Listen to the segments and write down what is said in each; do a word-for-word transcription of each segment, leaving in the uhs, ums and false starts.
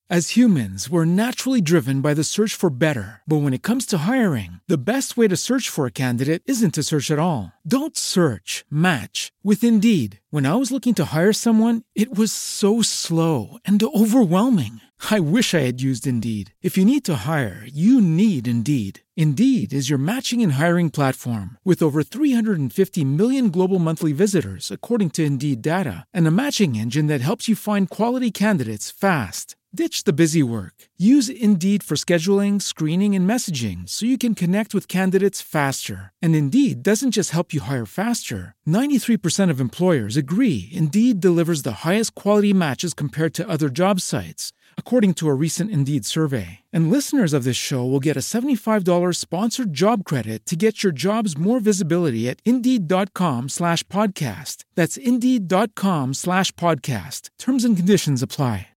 As humans, we're naturally driven by the search for better. But when it comes to hiring, the best way to search for a candidate isn't to search at all. Don't search, match with Indeed. When I was looking to hire someone, it was so slow and overwhelming. I wish I had used Indeed. If you need to hire, you need Indeed. Indeed is your matching and hiring platform with over three hundred fifty million global monthly visitors, according to Indeed data, and a matching engine that helps you find quality candidates fast. Ditch the busy work. Use Indeed for scheduling, screening, and messaging so you can connect with candidates faster. And Indeed doesn't just help you hire faster. ninety-three percent of employers agree Indeed delivers the highest quality matches compared to other job sites, according to a recent Indeed survey. And listeners of this show will get a seventy-five dollars sponsored job credit to get your jobs more visibility at Indeed.com slash podcast. That's Indeed.com slash podcast. Terms and conditions apply.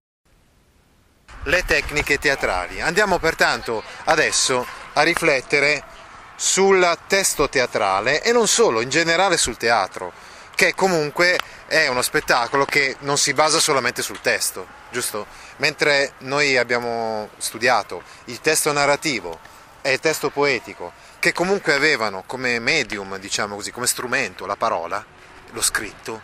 Le tecniche teatrali. Andiamo pertanto adesso a riflettere sul testo teatrale e non solo, in generale sul teatro, che comunque è uno spettacolo che non si basa solamente sul testo, giusto? Mentre noi abbiamo studiato il testo narrativo e il testo poetico, che comunque avevano come medium, diciamo così, come strumento la parola, lo scritto,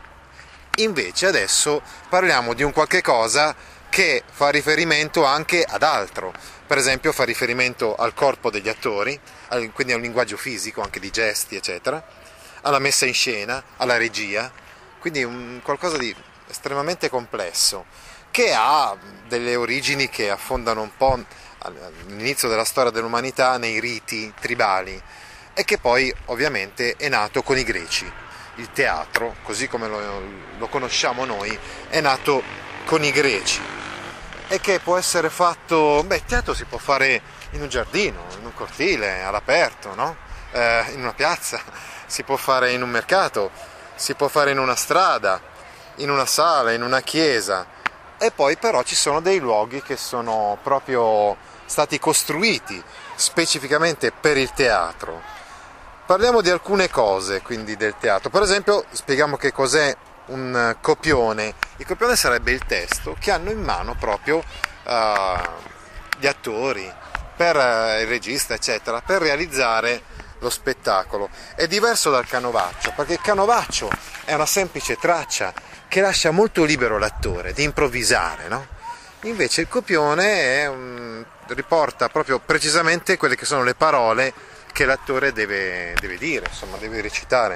invece adesso parliamo di un qualche cosa che fa riferimento anche ad altro, per esempio fa riferimento al corpo degli attori, quindi a un linguaggio fisico, anche di gesti, eccetera, alla messa in scena, alla regia, quindi un qualcosa di estremamente complesso, che ha delle origini che affondano un po' all'inizio della storia dell'umanità nei riti tribali e che poi ovviamente è nato con i greci. Il teatro, così come lo, lo conosciamo noi, è nato con i greci e che può essere fatto, beh, il teatro si può fare in un giardino, in un cortile, all'aperto, no? Eh, in una piazza, si può fare in un mercato, si può fare in una strada, in una sala, in una chiesa, e poi però ci sono dei luoghi che sono proprio stati costruiti specificamente per il teatro. Parliamo di alcune cose quindi del teatro, per esempio spieghiamo che cos'è un copione. Il copione sarebbe il testo che hanno in mano proprio uh, gli attori, per uh, il regista eccetera, per realizzare lo spettacolo. È diverso dal canovaccio, perché il canovaccio è una semplice traccia che lascia molto libero l'attore di improvvisare, no? Invece il copione è un, riporta proprio precisamente quelle che sono le parole che l'attore deve, deve dire, insomma deve recitare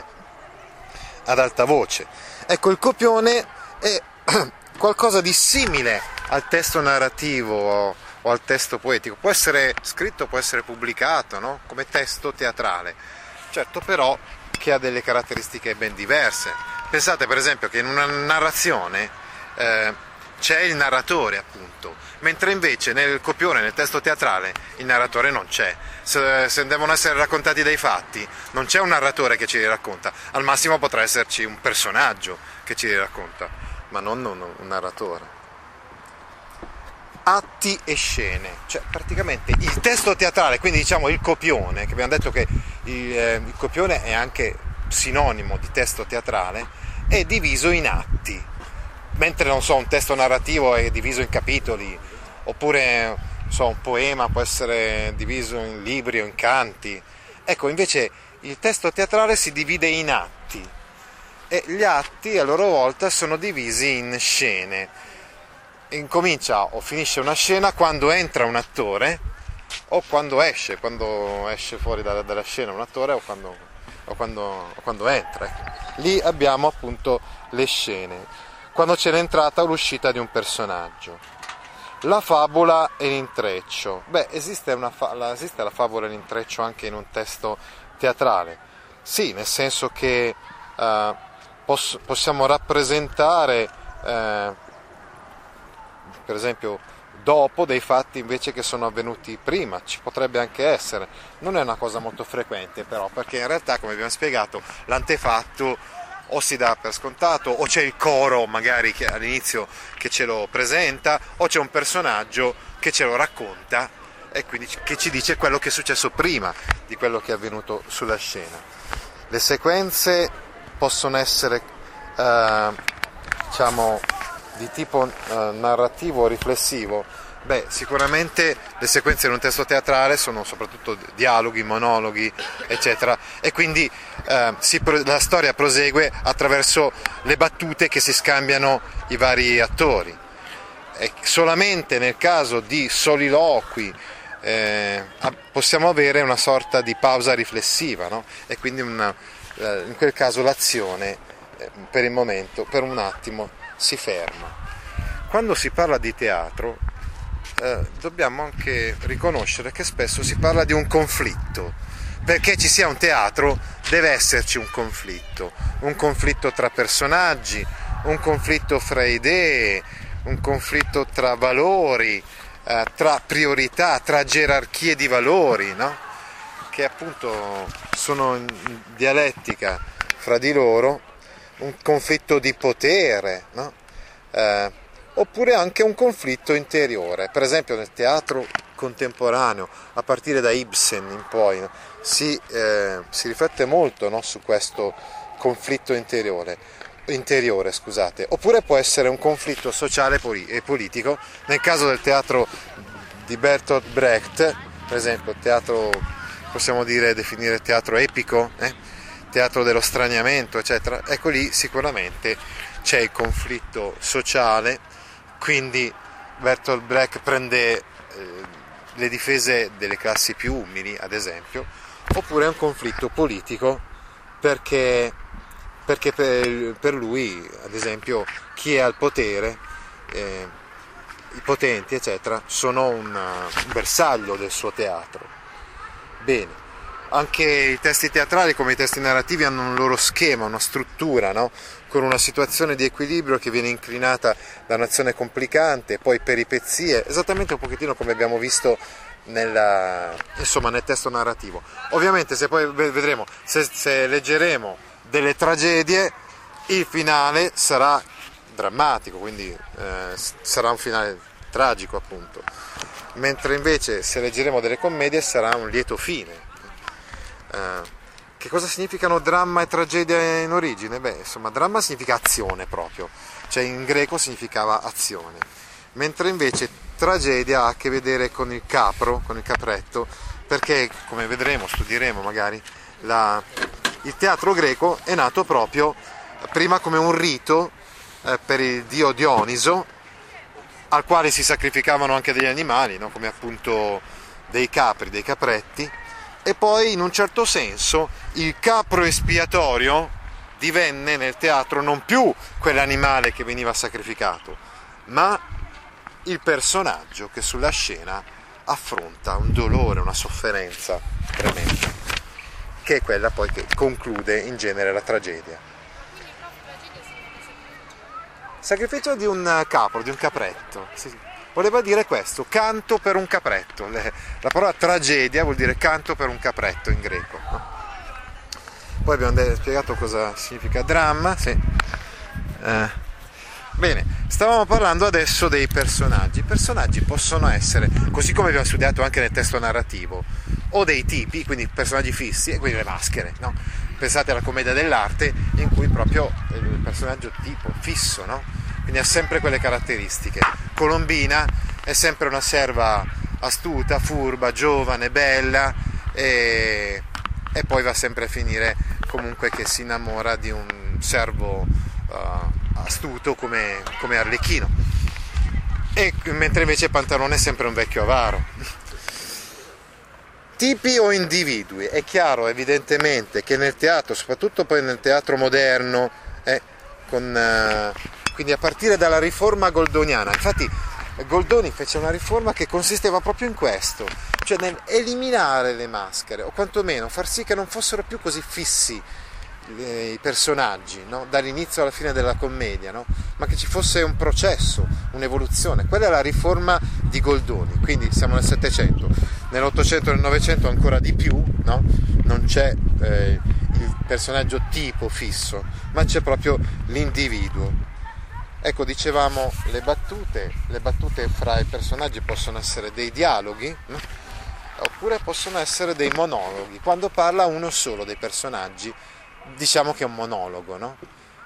ad alta voce. Ecco, il copione è qualcosa di simile al testo narrativo o, o al testo poetico, può essere scritto, può essere pubblicato, no? Come testo teatrale, certo però che ha delle caratteristiche ben diverse. Pensate per esempio che in una narrazione eh, c'è il narratore appunto, mentre invece nel copione, nel testo teatrale, il narratore non c'è. Se, se devono essere raccontati dei fatti, non c'è un narratore che ci li racconta, al massimo potrà esserci un personaggio che ci li racconta, ma non, non un narratore. Atti e scene, cioè praticamente il testo teatrale, quindi diciamo il copione, che abbiamo detto che il, eh, il copione è anche sinonimo di testo teatrale, è diviso in atti, mentre non so, un testo narrativo è diviso in capitoli, oppure non so, un poema può essere diviso in libri o in canti. Ecco, invece il testo teatrale si divide in atti e gli atti a loro volta sono divisi in scene. Incomincia o finisce una scena quando entra un attore o quando esce, quando esce fuori dalla, dalla scena un attore o quando, o quando, o quando entra. Lì abbiamo appunto le scene, quando c'è l'entrata o l'uscita di un personaggio. La favola e l'intreccio. Beh, esiste, una fa- la, esiste la favola e l'intreccio anche in un testo teatrale? Sì, nel senso che uh, poss- possiamo rappresentare uh, per esempio dopo dei fatti invece che sono avvenuti prima, ci potrebbe anche essere, non è una cosa molto frequente però, perché in realtà come abbiamo spiegato l'antefatto o si dà per scontato o c'è il coro magari che all'inizio che ce lo presenta o c'è un personaggio che ce lo racconta e quindi che ci dice quello che è successo prima di quello che è avvenuto sulla scena. Le sequenze possono essere eh, diciamo di tipo eh, narrativo riflessivo, beh, sicuramente le sequenze in un testo teatrale sono soprattutto dialoghi, monologhi, eccetera, e quindi eh, si, la storia prosegue attraverso le battute che si scambiano i vari attori. E solamente nel caso di soliloqui eh, possiamo avere una sorta di pausa riflessiva, no? E quindi una, eh, in quel caso l'azione eh, per il momento, per un attimo, si ferma. Quando si parla di teatro eh, dobbiamo anche riconoscere che spesso si parla di un conflitto. Perché ci sia un teatro deve esserci un conflitto, un conflitto tra personaggi, un conflitto fra idee, un conflitto tra valori, eh, tra priorità, tra gerarchie di valori, no? Che appunto sono in dialettica fra di loro, un conflitto di potere, no? Eh, oppure anche un conflitto interiore. Per esempio nel teatro contemporaneo, a partire da Ibsen in poi, no? si, eh, si riflette molto, no? su questo conflitto interiore. interiore scusate, oppure può essere un conflitto sociale e politico. Nel caso del teatro di Bertolt Brecht, per esempio, teatro, possiamo dire, definire teatro epico, eh? teatro dello straniamento, eccetera, ecco lì sicuramente c'è il conflitto sociale, quindi Bertolt Brecht prende eh, le difese delle classi più umili, ad esempio, oppure è un conflitto politico perché perché per, per lui, ad esempio, chi è al potere, eh, i potenti, eccetera, sono una, un bersaglio del suo teatro. Bene, anche i testi teatrali, come i testi narrativi, hanno un loro schema, una struttura, no? Con una situazione di equilibrio che viene inclinata da un'azione complicante, poi peripezie, esattamente un pochettino come abbiamo visto nella, insomma, nel testo narrativo. Ovviamente, se poi vedremo, se, se leggeremo delle tragedie, il finale sarà drammatico, quindi eh, sarà un finale tragico, appunto, mentre invece se leggeremo delle commedie sarà un lieto fine. Eh, che cosa significano dramma e tragedia in origine? Beh, insomma, dramma significa azione proprio, cioè in greco significava azione, mentre invece tragedia ha a che vedere con il capro, con il capretto, perché, come vedremo, studieremo magari, la il teatro greco è nato proprio prima come un rito eh, per il dio Dioniso, al quale si sacrificavano anche degli animali, no? Come appunto dei capri, dei capretti, e poi in un certo senso il capro espiatorio divenne nel teatro non più quell'animale che veniva sacrificato, ma il personaggio che sulla scena affronta un dolore, una sofferenza tremenda, che è quella poi che conclude in genere la tragedia. Sacrificio di un capro, di un capretto, sì, voleva dire questo, canto per un capretto. La parola tragedia vuol dire canto per un capretto in greco, no? Poi abbiamo spiegato cosa significa dramma, sì. Eh, bene, stavamo parlando adesso dei personaggi. I personaggi possono essere, così come abbiamo studiato anche nel testo narrativo, o dei tipi, quindi personaggi fissi, e quindi le maschere, no? Pensate alla commedia dell'arte, in cui proprio il personaggio tipo fisso, no? Quindi ha sempre quelle caratteristiche. Colombina è sempre una serva astuta, furba, giovane, bella, e, e poi va sempre a finire comunque che si innamora di un servo uh, astuto come, come Arlecchino, e mentre invece Pantalone è sempre un vecchio avaro. Tipi o individui? È chiaro evidentemente che nel teatro, soprattutto poi nel teatro moderno, eh, con, eh, quindi a partire dalla riforma goldoniana, infatti Goldoni fece una riforma che consisteva proprio in questo, cioè nel eliminare le maschere, o quantomeno far sì che non fossero più così fissi eh, i personaggi, no? Dall'inizio alla fine della commedia, no? Ma che ci fosse un processo, un'evoluzione. Quella è la riforma di Goldoni, quindi siamo nel Settecento. Nell'Ottocento e nel Novecento ancora di più, no? Non c'è eh, il personaggio tipo fisso, ma c'è proprio l'individuo. Ecco, dicevamo le battute, le battute fra i personaggi possono essere dei dialoghi, no? Oppure possono essere dei monologhi. Quando parla uno solo dei personaggi, diciamo che è un monologo, no?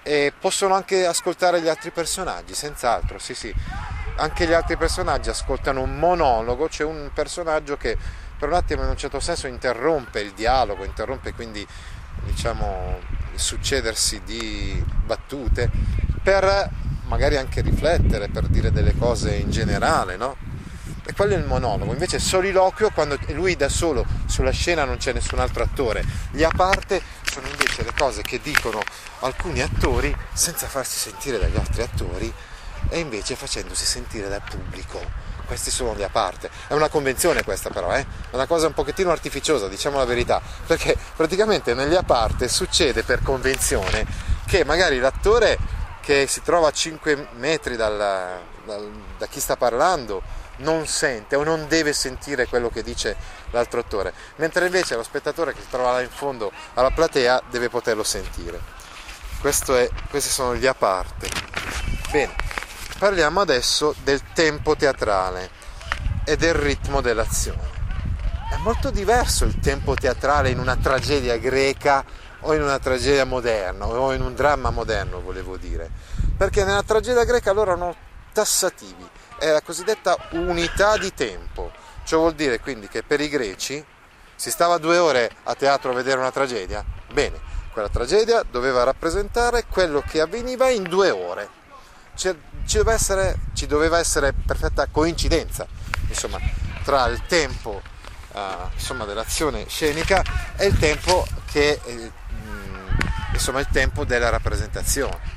e possono anche ascoltare gli altri personaggi, senz'altro, sì sì, anche gli altri personaggi ascoltano un monologo, c'è un personaggio che per un attimo in un certo senso interrompe il dialogo, interrompe quindi diciamo il succedersi di battute per magari anche riflettere, per dire delle cose in generale, no? E quello è il monologo. Invece il soliloquio, quando lui da solo sulla scena non c'è nessun altro attore, gli a parte sono invece le cose che dicono alcuni attori senza farsi sentire dagli altri attori e invece facendosi sentire dal pubblico. Questi sono gli a parte. È una convenzione questa però, eh? È una cosa un pochettino artificiosa, diciamo la verità, perché praticamente negli a parte succede per convenzione che magari l'attore che si trova a cinque metri dal, dal, da chi sta parlando non sente o non deve sentire quello che dice l'altro attore, mentre invece lo spettatore che si trova là in fondo alla platea deve poterlo sentire. Questo è, questi sono gli a parte. Bene, parliamo adesso del tempo teatrale e del ritmo dell'azione. È molto diverso il tempo teatrale in una tragedia greca o in una tragedia moderna o in un dramma moderno, volevo dire, perché nella tragedia greca loro erano tassativi, è la cosiddetta unità di tempo, ciò vuol dire quindi che per i greci si stava due ore a teatro a vedere una tragedia, bene, quella tragedia doveva rappresentare quello che avveniva in due ore, ci, ci, doveva essere, ci doveva essere perfetta coincidenza, insomma, tra il tempo uh, insomma, dell'azione scenica e il tempo che eh, insomma il tempo della rappresentazione.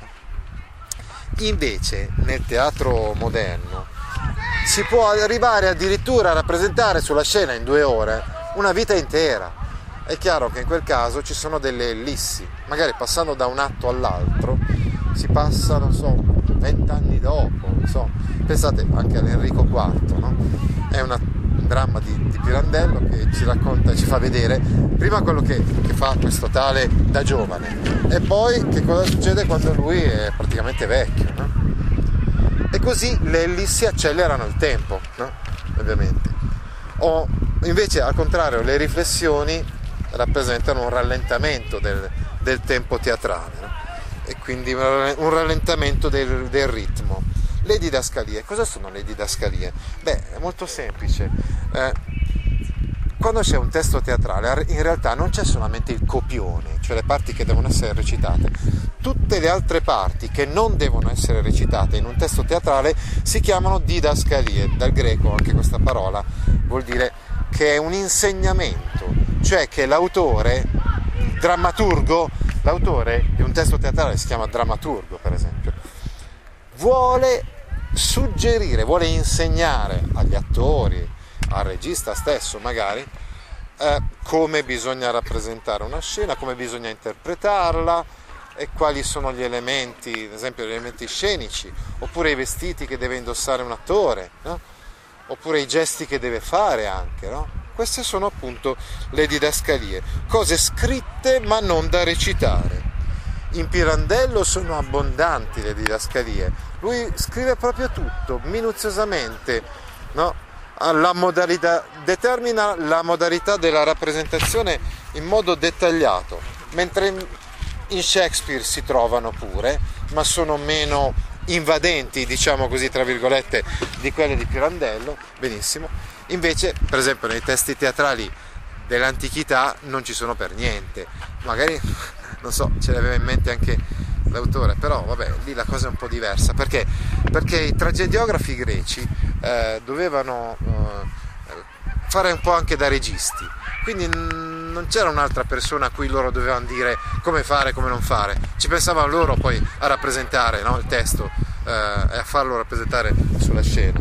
Invece nel teatro moderno si può arrivare addirittura a rappresentare sulla scena in due ore una vita intera. È chiaro che in quel caso ci sono delle ellissi, magari passando da un atto all'altro si passa, non so, vent'anni dopo, non so. Pensate anche all'Enrico quarto, no? È una un dramma di, di Pirandello che ci racconta, ci fa vedere prima quello che, che fa questo tale da giovane e poi che cosa succede quando lui è praticamente vecchio, no? E così le ellissi accelerano il tempo, no? Ovviamente. O invece al contrario le riflessioni rappresentano un rallentamento del, del tempo teatrale, no? E quindi un rallentamento del, del ritmo. Le didascalie, cosa sono le didascalie? Beh, è molto semplice. Eh, quando c'è un testo teatrale, in realtà non c'è solamente il copione, cioè le parti che devono essere recitate. Tutte le altre parti che non devono essere recitate in un testo teatrale si chiamano didascalie. Dal greco anche questa parola vuol dire che è un insegnamento, cioè che l'autore, il drammaturgo, l'autore di un testo teatrale si chiama drammaturgo, per esempio, vuole suggerire, vuole insegnare agli attori, al regista stesso magari, eh, come bisogna rappresentare una scena, come bisogna interpretarla e quali sono gli elementi, ad esempio gli elementi scenici, oppure i vestiti che deve indossare un attore, no? Oppure i gesti che deve fare anche, no? Queste sono appunto le didascalie, cose scritte ma non da recitare. In Pirandello sono abbondanti le didascalie, lui scrive proprio tutto, minuziosamente, no? La modalità, determina la modalità della rappresentazione in modo dettagliato, mentre in Shakespeare si trovano pure, ma sono meno invadenti, diciamo così, tra virgolette, di quelle di Pirandello, benissimo. Invece, per esempio, nei testi teatrali dell'antichità non ci sono per niente, magari non so, ce l'aveva in mente anche l'autore, però vabbè, lì la cosa è un po' diversa, perché perché i tragediografi greci eh, dovevano eh, fare un po' anche da registi, quindi n- non c'era un'altra persona a cui loro dovevano dire come fare, come non fare, ci pensavano loro poi a rappresentare, no, il testo eh, e a farlo rappresentare sulla scena.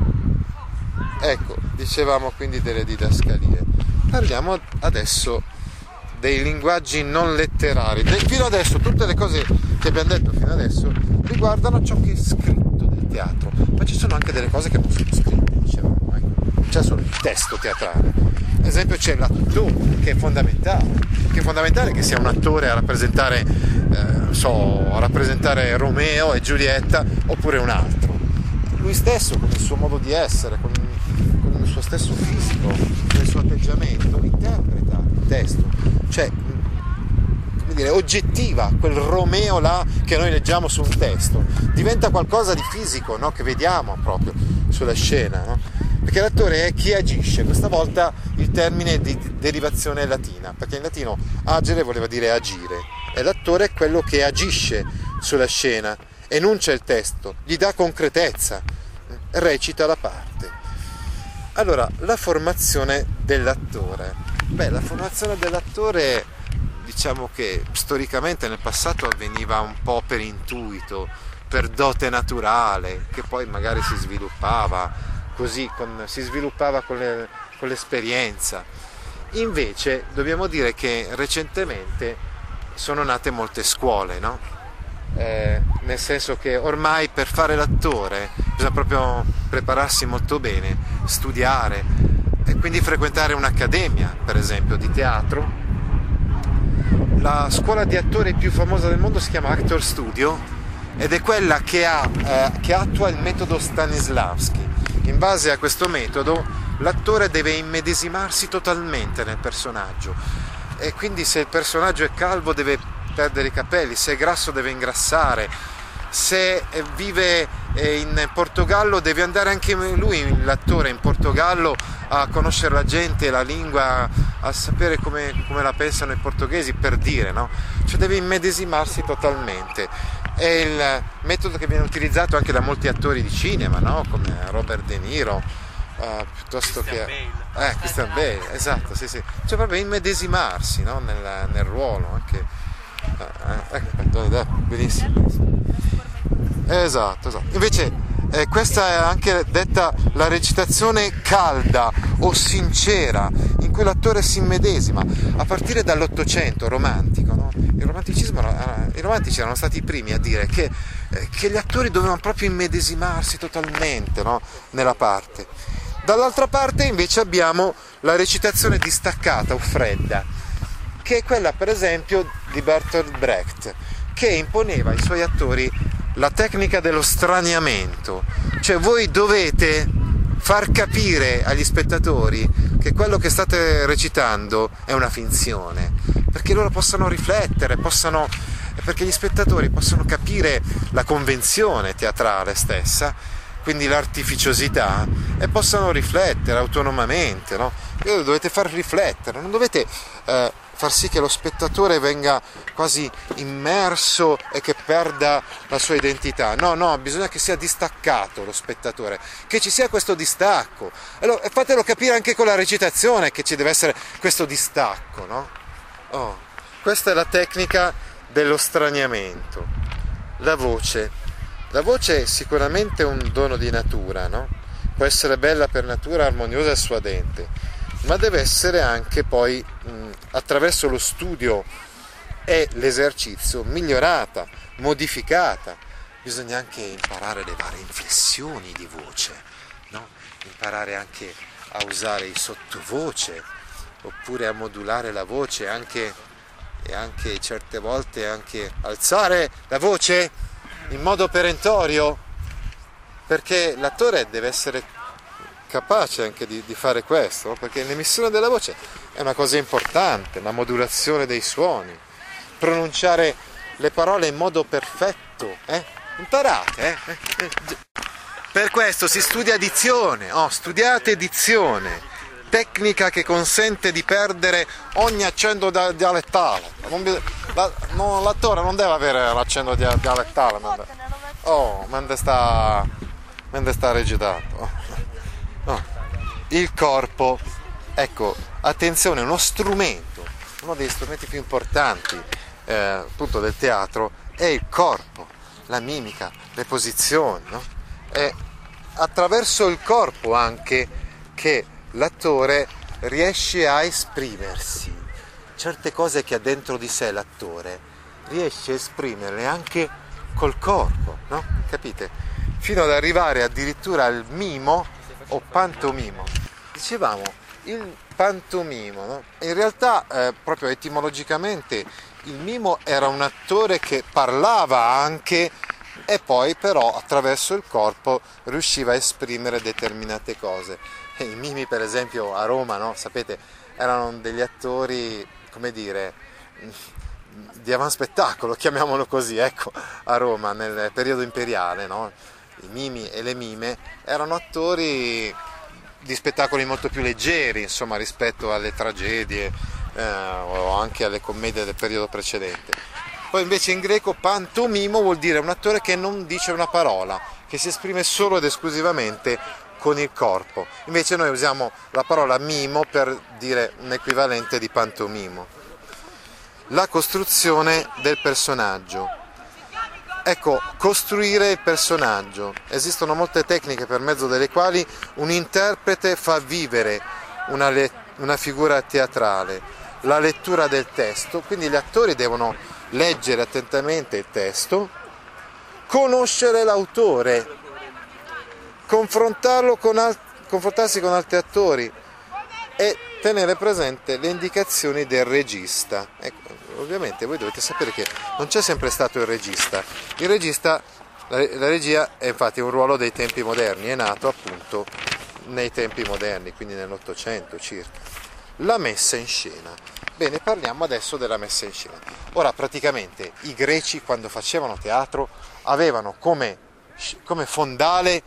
Ecco, dicevamo quindi delle didascalie. Parliamo adesso dei linguaggi non letterari. Fino adesso tutte le cose che abbiamo detto fino adesso riguardano ciò che è scritto del teatro, ma ci sono anche delle cose che non sono scritte, dicevamo, ecco. Non c'è solo il testo teatrale, ad esempio c'è l'attore, che è fondamentale, che è fondamentale che sia un attore a rappresentare eh, so, a rappresentare Romeo e Giulietta oppure un altro, lui stesso con il suo modo di essere, con, con il suo stesso fisico, con il suo atteggiamento interpreta il testo, cioè come dire, oggettiva, quel Romeo là che noi leggiamo su un testo, diventa qualcosa di fisico, no? Che vediamo proprio sulla scena, no? Perché l'attore è chi agisce, questa volta il termine di derivazione latina, perché in latino agere voleva dire agire, e l'attore è quello che agisce sulla scena, enuncia il testo, gli dà concretezza, recita la parte. Allora, la formazione dell'attore. Beh, la formazione dell'attore, diciamo che storicamente nel passato avveniva un po' per intuito, per dote naturale, che poi magari si sviluppava così, con, si sviluppava con, le, con l'esperienza. Invece dobbiamo dire che recentemente sono nate molte scuole, no? Eh, nel senso che ormai per fare l'attore bisogna proprio prepararsi molto bene, studiare e quindi frequentare un'accademia, per esempio, di teatro. La scuola di attori più famosa del mondo si chiama Actor Studio ed è quella che, ha, eh, che attua il metodo Stanislavski. In base a questo metodo l'attore deve immedesimarsi totalmente nel personaggio e quindi se il personaggio è calvo deve perdere i capelli, se è grasso deve ingrassare, se vive in Portogallo deve andare anche lui, l'attore, in Portogallo a conoscere la gente, la lingua, a sapere come, come la pensano i portoghesi, per dire, no? Cioè deve immedesimarsi totalmente. È il metodo che viene utilizzato anche da molti attori di cinema, no? Come Robert De Niro, uh, piuttosto Christian che Bale. eh, Christian Bale, esatto, sì, sì. Cioè proprio immedesimarsi, no? nel, nel ruolo, anche eh, ecco, benissimo, benissimo. Esatto, esatto. Invece eh, questa è anche detta la recitazione calda o sincera, in cui l'attore si immedesima, a partire dall'Ottocento romantico, no? Il romanticismo, I romantici erano stati i primi a dire che, eh, che gli attori dovevano proprio immedesimarsi totalmente, no? Nella parte. Dall'altra parte invece abbiamo la recitazione distaccata o fredda, che è quella per esempio di Bertolt Brecht, che imponeva ai suoi attori la tecnica dello straniamento, cioè voi dovete far capire agli spettatori che quello che state recitando è una finzione, perché loro possano riflettere, possano, perché gli spettatori possono capire la convenzione teatrale stessa, quindi l'artificiosità, e possano riflettere autonomamente, no? Voi dovete far riflettere, non dovete eh, far sì che lo spettatore venga quasi immerso e che perda la sua identità. No, no, bisogna che sia distaccato lo spettatore, che ci sia questo distacco. Allora, fatelo capire anche con la recitazione che ci deve essere questo distacco, no? Oh, questa è la tecnica dello straniamento. La voce. La voce è sicuramente un dono di natura, no? Può essere bella per natura, armoniosa e suadente, ma deve essere anche poi mh, attraverso lo studio e l'esercizio migliorata, modificata. Bisogna anche imparare le varie inflessioni di voce, no? Imparare anche a usare il sottovoce, oppure a modulare la voce anche, e anche certe volte anche alzare la voce in modo perentorio, perché l'attore deve essere capace anche di, di fare questo, perché l'emissione della voce è una cosa importante, la modulazione dei suoni, pronunciare le parole in modo perfetto, eh? Imparate, eh? Per questo si studia dizione, oh, studiate dizione, tecnica che consente di perdere ogni accento dialettale. Non bi- la, no, l'attore non deve avere l'accento dia- dialettale, oh, mentre sta, mentre sta recitando. Oh. Il corpo, ecco, attenzione, uno strumento, uno degli strumenti più importanti eh, appunto del teatro è il corpo, la mimica, le posizioni, no? È attraverso il corpo anche che l'attore riesce a esprimersi. Certe cose che ha dentro di sé l'attore riesce a esprimerle anche col corpo, no? Capite? Fino ad arrivare addirittura al mimo o pantomimo. Dicevamo il pantomimo, no? In realtà eh, proprio etimologicamente il mimo era un attore che parlava anche e poi però attraverso il corpo riusciva a esprimere determinate cose. E i mimi per esempio a Roma, no? Sapete, erano degli attori, come dire, di avanspettacolo, chiamiamolo così, ecco, a Roma nel periodo imperiale, no? I mimi e le mime erano attori di spettacoli molto più leggeri, insomma, rispetto alle tragedie eh, o anche alle commedie del periodo precedente. Poi invece in greco pantomimo vuol dire un attore che non dice una parola, che si esprime solo ed esclusivamente con il corpo. Invece noi usiamo la parola mimo per dire un equivalente di pantomimo. La costruzione del personaggio. Ecco, costruire il personaggio. Esistono molte tecniche per mezzo delle quali un interprete fa vivere una, le- una figura teatrale, la lettura del testo, quindi gli attori devono leggere attentamente il testo, conoscere l'autore, confrontarlo con al- confrontarsi con altri attori e tenere presente le indicazioni del regista. Ecco, ovviamente voi dovete sapere che non c'è sempre stato il regista. Il regista, la, la regia è infatti un ruolo dei tempi moderni, è nato appunto nei tempi moderni, quindi nell'Ottocento circa. La messa in scena. Bene, parliamo adesso della messa in scena. Ora, praticamente i greci quando facevano teatro avevano come, come fondale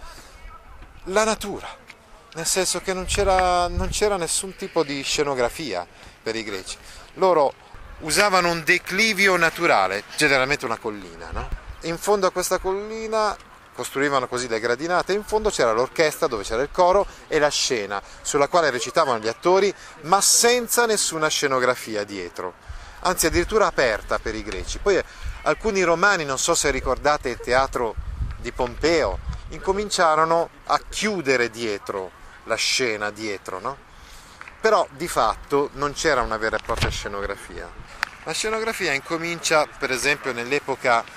la natura, nel senso che non c'era, non c'era nessun tipo di scenografia per i greci. Loro usavano un declivio naturale, generalmente una collina, no? In fondo a questa collina costruivano così le gradinate, in fondo c'era l'orchestra dove c'era il coro e la scena sulla quale recitavano gli attori, ma senza nessuna scenografia dietro, anzi addirittura aperta per i greci. Poi alcuni romani, non so se ricordate il teatro di Pompeo, incominciarono a chiudere dietro la scena, dietro, no? Però di fatto non c'era una vera e propria scenografia. La scenografia incomincia, per esempio, nell'epoca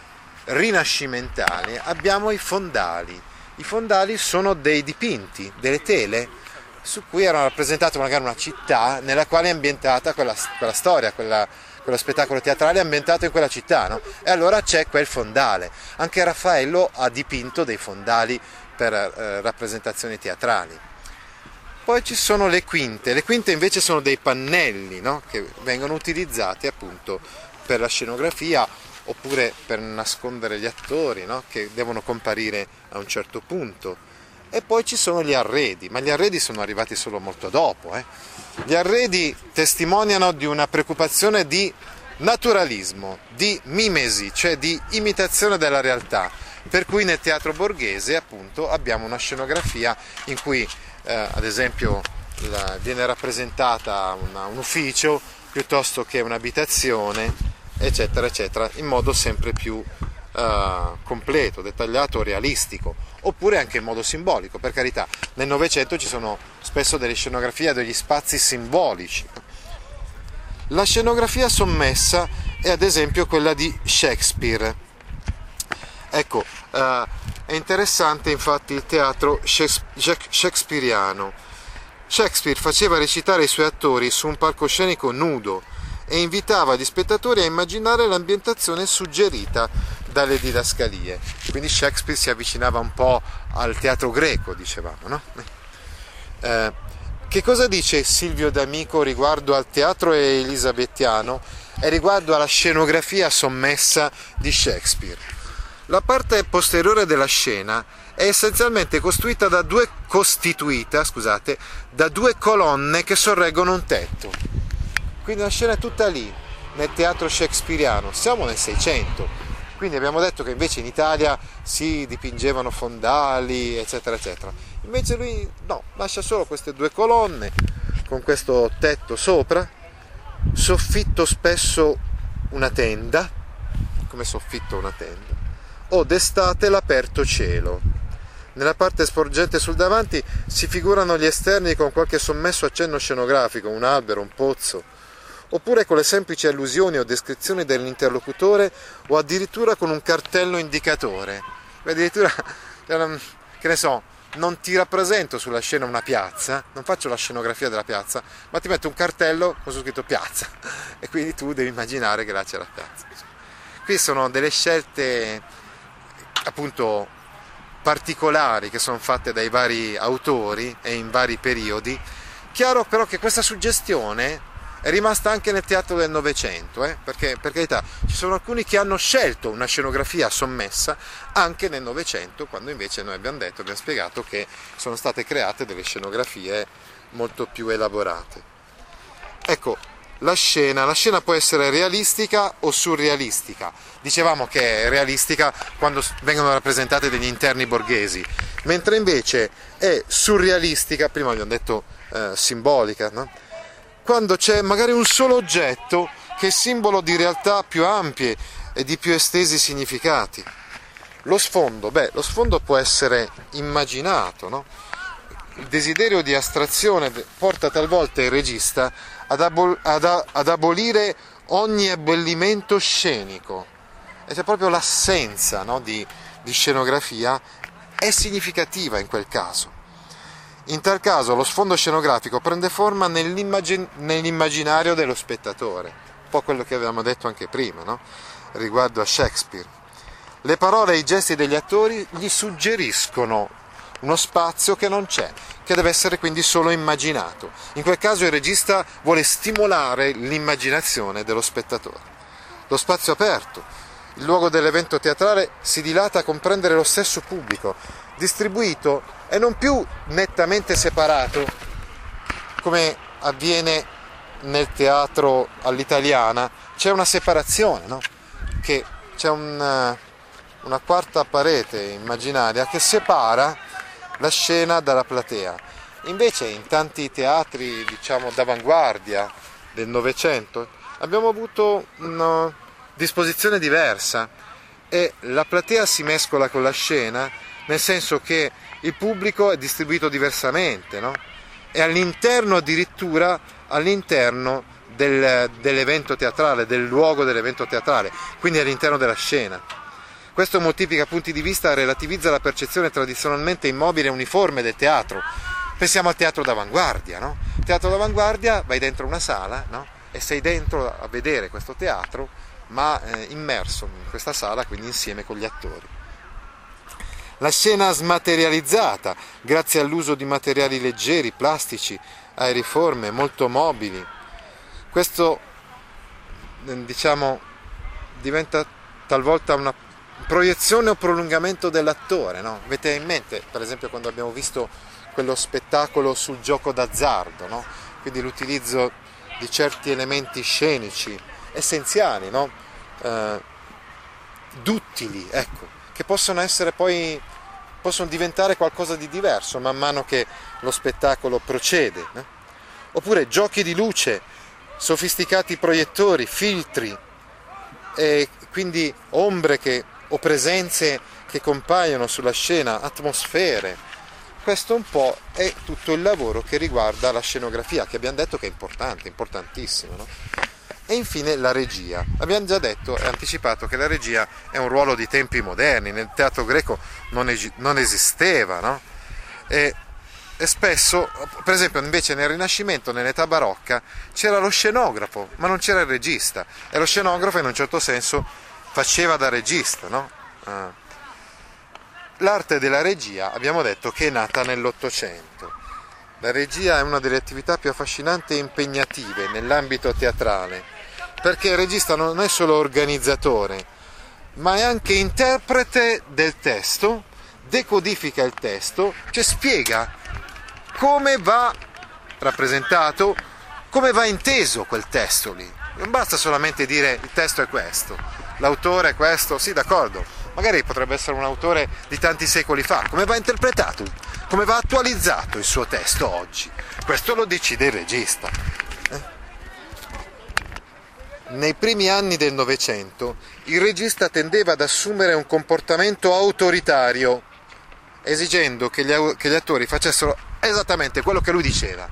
rinascimentale, abbiamo i fondali. I fondali sono dei dipinti, delle tele, su cui era rappresentata magari una città nella quale è ambientata quella, quella storia, quella, quello spettacolo teatrale ambientato in quella città, no? E allora c'è quel fondale. Anche Raffaello ha dipinto dei fondali per eh, rappresentazioni teatrali. Poi ci sono le quinte. Le quinte invece sono dei pannelli, no? Che vengono utilizzati appunto per la scenografia oppure per nascondere gli attori, no? Che devono comparire a un certo punto. E poi ci sono gli arredi, ma gli arredi sono arrivati solo molto dopo. Eh? Gli arredi testimoniano di una preoccupazione di naturalismo, di mimesi, cioè di imitazione della realtà. Per cui nel teatro borghese appunto abbiamo una scenografia in cui eh, ad esempio la, viene rappresentata una, un ufficio piuttosto che un'abitazione, eccetera eccetera, in modo sempre più uh, completo, dettagliato, realistico, oppure anche in modo simbolico. Per carità, nel Novecento ci sono spesso delle scenografie, degli spazi simbolici. La scenografia sommessa è ad esempio quella di Shakespeare. Ecco, uh, è interessante infatti il teatro shakespeariano. Shakespeare faceva recitare i suoi attori su un palcoscenico nudo e invitava gli spettatori a immaginare l'ambientazione suggerita dalle didascalie. Quindi Shakespeare si avvicinava un po' al teatro greco, dicevamo, no? Eh, che cosa dice Silvio D'Amico riguardo al teatro elisabettiano e riguardo alla scenografia sommessa di Shakespeare? La parte posteriore della scena è essenzialmente costituita da due costituita, scusate, da due colonne che sorreggono un tetto. Quindi la scena è tutta lì, nel teatro shakespeariano. Siamo nel Seicento, quindi abbiamo detto che invece in Italia si dipingevano fondali, eccetera, eccetera. Invece lui no, lascia solo queste due colonne, con questo tetto sopra, soffitto spesso una tenda, come soffitto una tenda, o d'estate l'aperto cielo. Nella parte sporgente sul davanti si figurano gli esterni con qualche sommesso accenno scenografico, un albero, un pozzo, oppure con le semplici allusioni o descrizioni dell'interlocutore o addirittura con un cartello indicatore. Addirittura, che ne so, non ti rappresento sulla scena una piazza, non faccio la scenografia della piazza, ma ti metto un cartello con su scritto piazza e quindi tu devi immaginare che là c'è la piazza. Qui sono delle scelte appunto particolari che sono fatte dai vari autori e in vari periodi. Chiaro però che questa suggestione è rimasta anche nel teatro del Novecento, eh? perché per carità ci sono alcuni che hanno scelto una scenografia sommessa anche nel Novecento, quando invece noi abbiamo detto, abbiamo spiegato che sono state create delle scenografie molto più elaborate. Ecco, la scena, la scena può essere realistica o surrealistica. Dicevamo che è realistica quando vengono rappresentate degli interni borghesi, mentre invece è surrealistica, prima abbiamo detto eh, simbolica, no? Quando c'è magari un solo oggetto che è simbolo di realtà più ampie e di più estesi significati. Lo sfondo, beh, lo sfondo può essere immaginato, no? Il desiderio di astrazione porta talvolta il regista ad, abol- ad, a- ad abolire ogni abbellimento scenico, e c'è proprio l'assenza, no, di, di scenografia è significativa in quel caso. In tal caso lo sfondo scenografico prende forma nell'immagin- nell'immaginario dello spettatore, un po' quello che avevamo detto anche prima, no? Riguardo a Shakespeare. Le parole e i gesti degli attori gli suggeriscono uno spazio che non c'è, che deve essere quindi solo immaginato. In quel caso il regista vuole stimolare l'immaginazione dello spettatore. Lo spazio aperto, il luogo dell'evento teatrale, si dilata a comprendere lo stesso pubblico, distribuito e non più nettamente separato, come avviene nel teatro all'italiana. C'è una separazione, no? Che c'è un, una quarta parete immaginaria che separa la scena dalla platea. Invece in tanti teatri, diciamo, d'avanguardia del Novecento abbiamo avuto una disposizione diversa e la platea si mescola con la scena, nel senso che il pubblico è distribuito diversamente, no? E all'interno addirittura all'interno del, dell'evento teatrale, del luogo dell'evento teatrale, quindi all'interno della scena. Questo moltiplica punti di vista e relativizza la percezione tradizionalmente immobile e uniforme del teatro. Pensiamo al teatro d'avanguardia, no? Teatro d'avanguardia, vai dentro una sala, no? E sei dentro a vedere questo teatro, ma eh, immerso in questa sala, quindi insieme con gli attori. La scena smaterializzata, grazie all'uso di materiali leggeri, plastici, aeriforme, molto mobili. Questo, diciamo, diventa talvolta una proiezione o prolungamento dell'attore, no? Avete in mente, per esempio, quando abbiamo visto quello spettacolo sul gioco d'azzardo, no? Quindi l'utilizzo di certi elementi scenici essenziali, no? Eh, duttili, ecco, che possono essere poi possono diventare qualcosa di diverso man mano che lo spettacolo procede, no? Oppure giochi di luce, sofisticati proiettori, filtri, e quindi ombre che, o presenze che compaiono sulla scena, atmosfere. Questo un po' è tutto il lavoro che riguarda la scenografia, che abbiamo detto che è importante, importantissimo, no? E infine la regia. Abbiamo già detto e anticipato che la regia è un ruolo di tempi moderni, nel teatro greco non, es- non esisteva, no? E, e spesso, per esempio invece nel Rinascimento, nell'età barocca, c'era lo scenografo, ma non c'era il regista, e lo scenografo in un certo senso faceva da regista, no? Ah. L'arte della regia abbiamo detto che è nata nell'Ottocento. La regia è una delle attività più affascinanti e impegnative nell'ambito teatrale, perché il regista non è solo organizzatore, ma è anche interprete del testo, decodifica il testo, cioè spiega come va rappresentato, come va inteso quel testo lì. Non basta solamente dire il testo è questo, l'autore è questo, sì, d'accordo, magari potrebbe essere un autore di tanti secoli fa, come va interpretato, come va attualizzato il suo testo oggi, questo lo decide il regista. Eh? Nei primi anni del Novecento il regista tendeva ad assumere un comportamento autoritario, esigendo che gli, che gli attori facessero esattamente quello che lui diceva,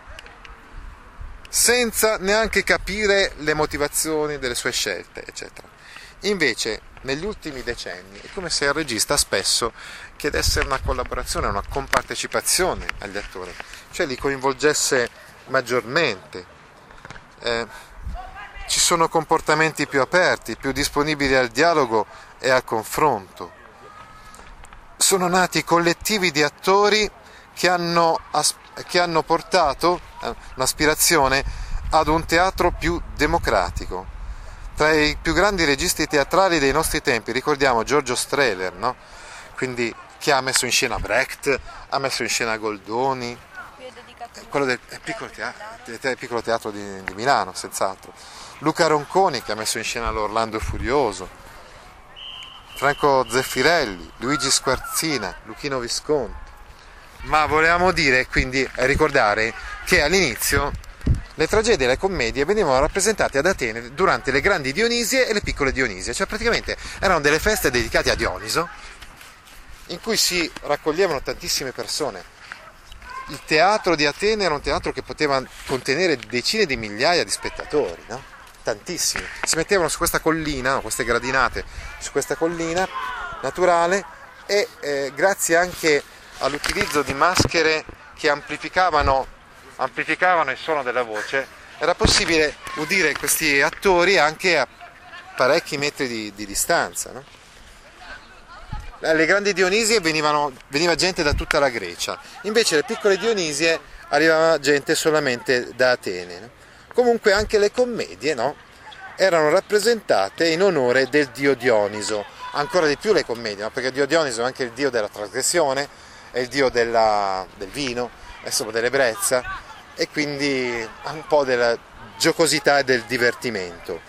senza neanche capire le motivazioni delle sue scelte, eccetera. Invece negli ultimi decenni è come se il regista spesso chiedesse una collaborazione, una compartecipazione agli attori, cioè li coinvolgesse maggiormente. Eh, ci sono comportamenti più aperti, più disponibili al dialogo e al confronto. Sono nati collettivi di attori che hanno, che hanno portato un'aspirazione ad un teatro più democratico. Tra i più grandi registi teatrali dei nostri tempi ricordiamo Giorgio Strehler, no? Quindi che ha messo in scena Brecht, ha messo in scena Goldoni, quello del piccolo teatro, del piccolo teatro di, di Milano, senz'altro. Luca Ronconi che ha messo in scena l'Orlando Furioso, Franco Zeffirelli, Luigi Squarzina, Luchino Visconti. Ma volevamo dire, quindi ricordare che all'inizio le tragedie e le commedie venivano rappresentate ad Atene durante le grandi Dionisie e le piccole Dionisie, cioè praticamente erano delle feste dedicate a Dioniso in cui si raccoglievano tantissime persone. Il teatro di Atene era un teatro che poteva contenere decine di migliaia di spettatori, no? Tantissimi. Si mettevano su questa collina, no? Queste gradinate su questa collina naturale e eh, grazie anche all'utilizzo di maschere che amplificavano amplificavano il suono della voce, era possibile udire questi attori anche a parecchi metri di, di distanza, no? Alle grandi Dionisie venivano, veniva gente da tutta la Grecia, invece alle piccole Dionisie arrivava gente solamente da Atene, no? Comunque anche le commedie, no? Erano rappresentate in onore del dio Dioniso, ancora di più le commedie, no? Perché il dio Dioniso è anche il dio della trasgressione, è il dio della, del vino, insomma dell'ebbrezza, e quindi un po' della giocosità e del divertimento.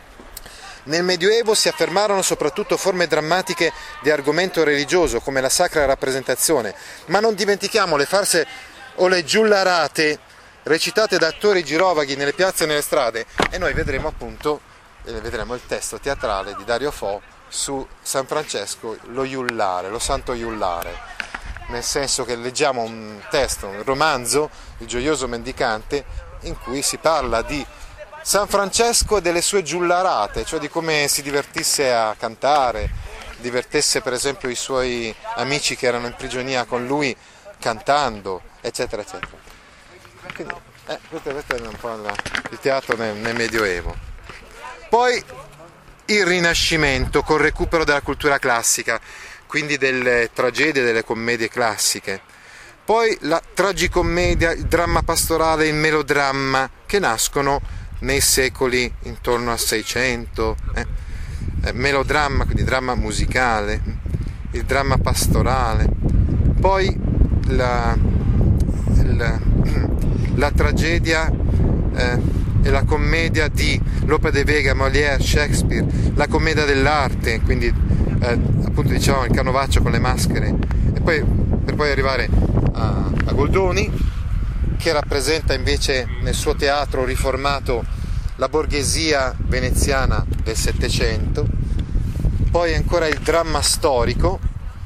Nel Medioevo si affermarono soprattutto forme drammatiche di argomento religioso come la sacra rappresentazione, ma non dimentichiamo le farse o le giullarate recitate da attori girovaghi nelle piazze e nelle strade, e noi vedremo appunto eh, vedremo il testo teatrale di Dario Fo su San Francesco, lo Iullare, lo Santo Iullare. Nel senso che leggiamo un testo, un romanzo, Il gioioso mendicante, in cui si parla di San Francesco e delle sue giullarate, cioè di come si divertisse a cantare, divertesse per esempio i suoi amici che erano in prigionia con lui cantando, eccetera, eccetera. Quindi, eh, questo, questo è un po' la, il teatro nel, nel Medioevo. Poi il Rinascimento, col recupero della cultura classica, quindi delle tragedie, delle commedie classiche. Poi la tragicommedia, il dramma pastorale, il melodramma, che nascono nei secoli intorno al Seicento. Eh? Eh, melodramma, quindi dramma musicale, il dramma pastorale. Poi la, la, la tragedia eh, e la commedia di Lope de Vega, Molière, Shakespeare, la commedia dell'arte, quindi eh, appunto diciamo il canovaccio con le maschere, e poi per poi arrivare a, a Goldoni, che rappresenta invece nel suo teatro riformato la borghesia veneziana del Settecento. Poi ancora il dramma storico,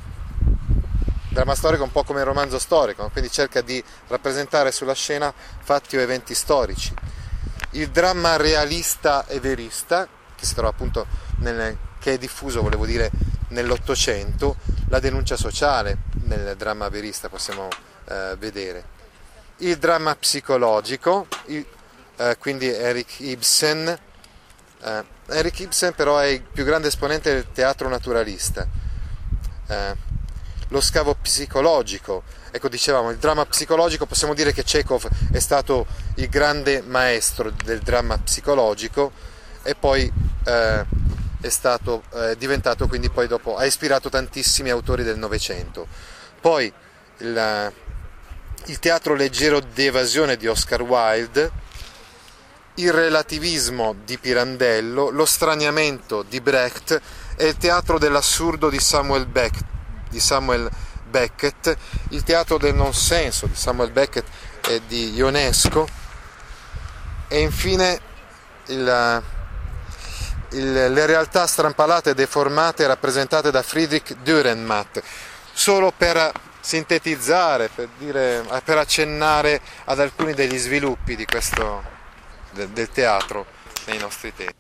il dramma storico un po' come il romanzo storico, quindi cerca di rappresentare sulla scena fatti o eventi storici. Il dramma realista e verista, che si trova appunto nel, che è diffuso, volevo dire, nell'Ottocento, la denuncia sociale nel dramma verista possiamo eh, vedere. Il dramma psicologico, il, eh, quindi Henrik Ibsen. Eh, Henrik Ibsen però è il più grande esponente del teatro naturalista. Eh, lo scavo psicologico, ecco, dicevamo il dramma psicologico, possiamo dire che Chekhov è stato il grande maestro del dramma psicologico e poi eh, è stato eh, diventato, quindi poi dopo ha ispirato tantissimi autori del Novecento. Poi il, il teatro leggero di evasione di Oscar Wilde, il relativismo di Pirandello, lo straniamento di Brecht e il teatro dell'assurdo di Samuel Beckett, di Samuel Beckett, il teatro del non senso di Samuel Beckett e di Ionesco, e infine il, il, le realtà strampalate e deformate rappresentate da Friedrich Dürrenmatt, solo per sintetizzare, per, dire, per accennare ad alcuni degli sviluppi di questo, del, del teatro nei nostri tempi.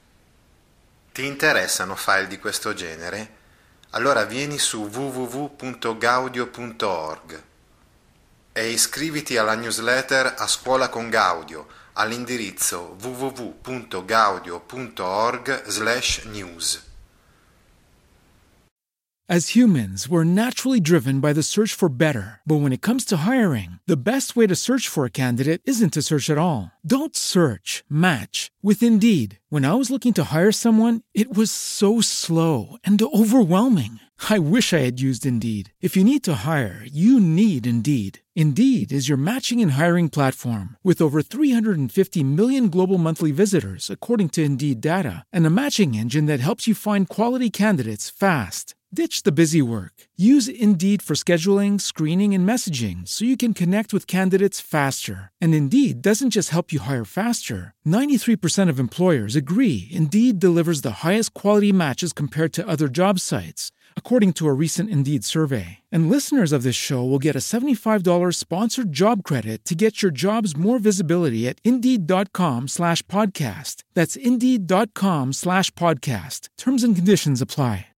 Ti interessano file di questo genere? Allora vieni su w w w punto gaudio punto org e iscriviti alla newsletter A Scuola con Gaudio all'indirizzo w w w punto gaudio punto org slash news. As humans, we're naturally driven by the search for better. But when it comes to hiring, the best way to search for a candidate isn't to search at all. Don't search, match with Indeed. When I was looking to hire someone, it was so slow and overwhelming. I wish I had used Indeed. If you need to hire, you need Indeed. Indeed is your matching and hiring platform with over three hundred fifty million global monthly visitors, according to Indeed data, and a matching engine that helps you find quality candidates fast. Ditch the busy work. Use Indeed for scheduling, screening, and messaging so you can connect with candidates faster. And Indeed doesn't just help you hire faster. ninety-three percent of employers agree Indeed delivers the highest quality matches compared to other job sites, according to a recent Indeed survey. And listeners of this show will get a seventy-five dollars sponsored job credit to get your jobs more visibility at Indeed.com slash podcast. That's Indeed.com slash podcast. Terms and conditions apply.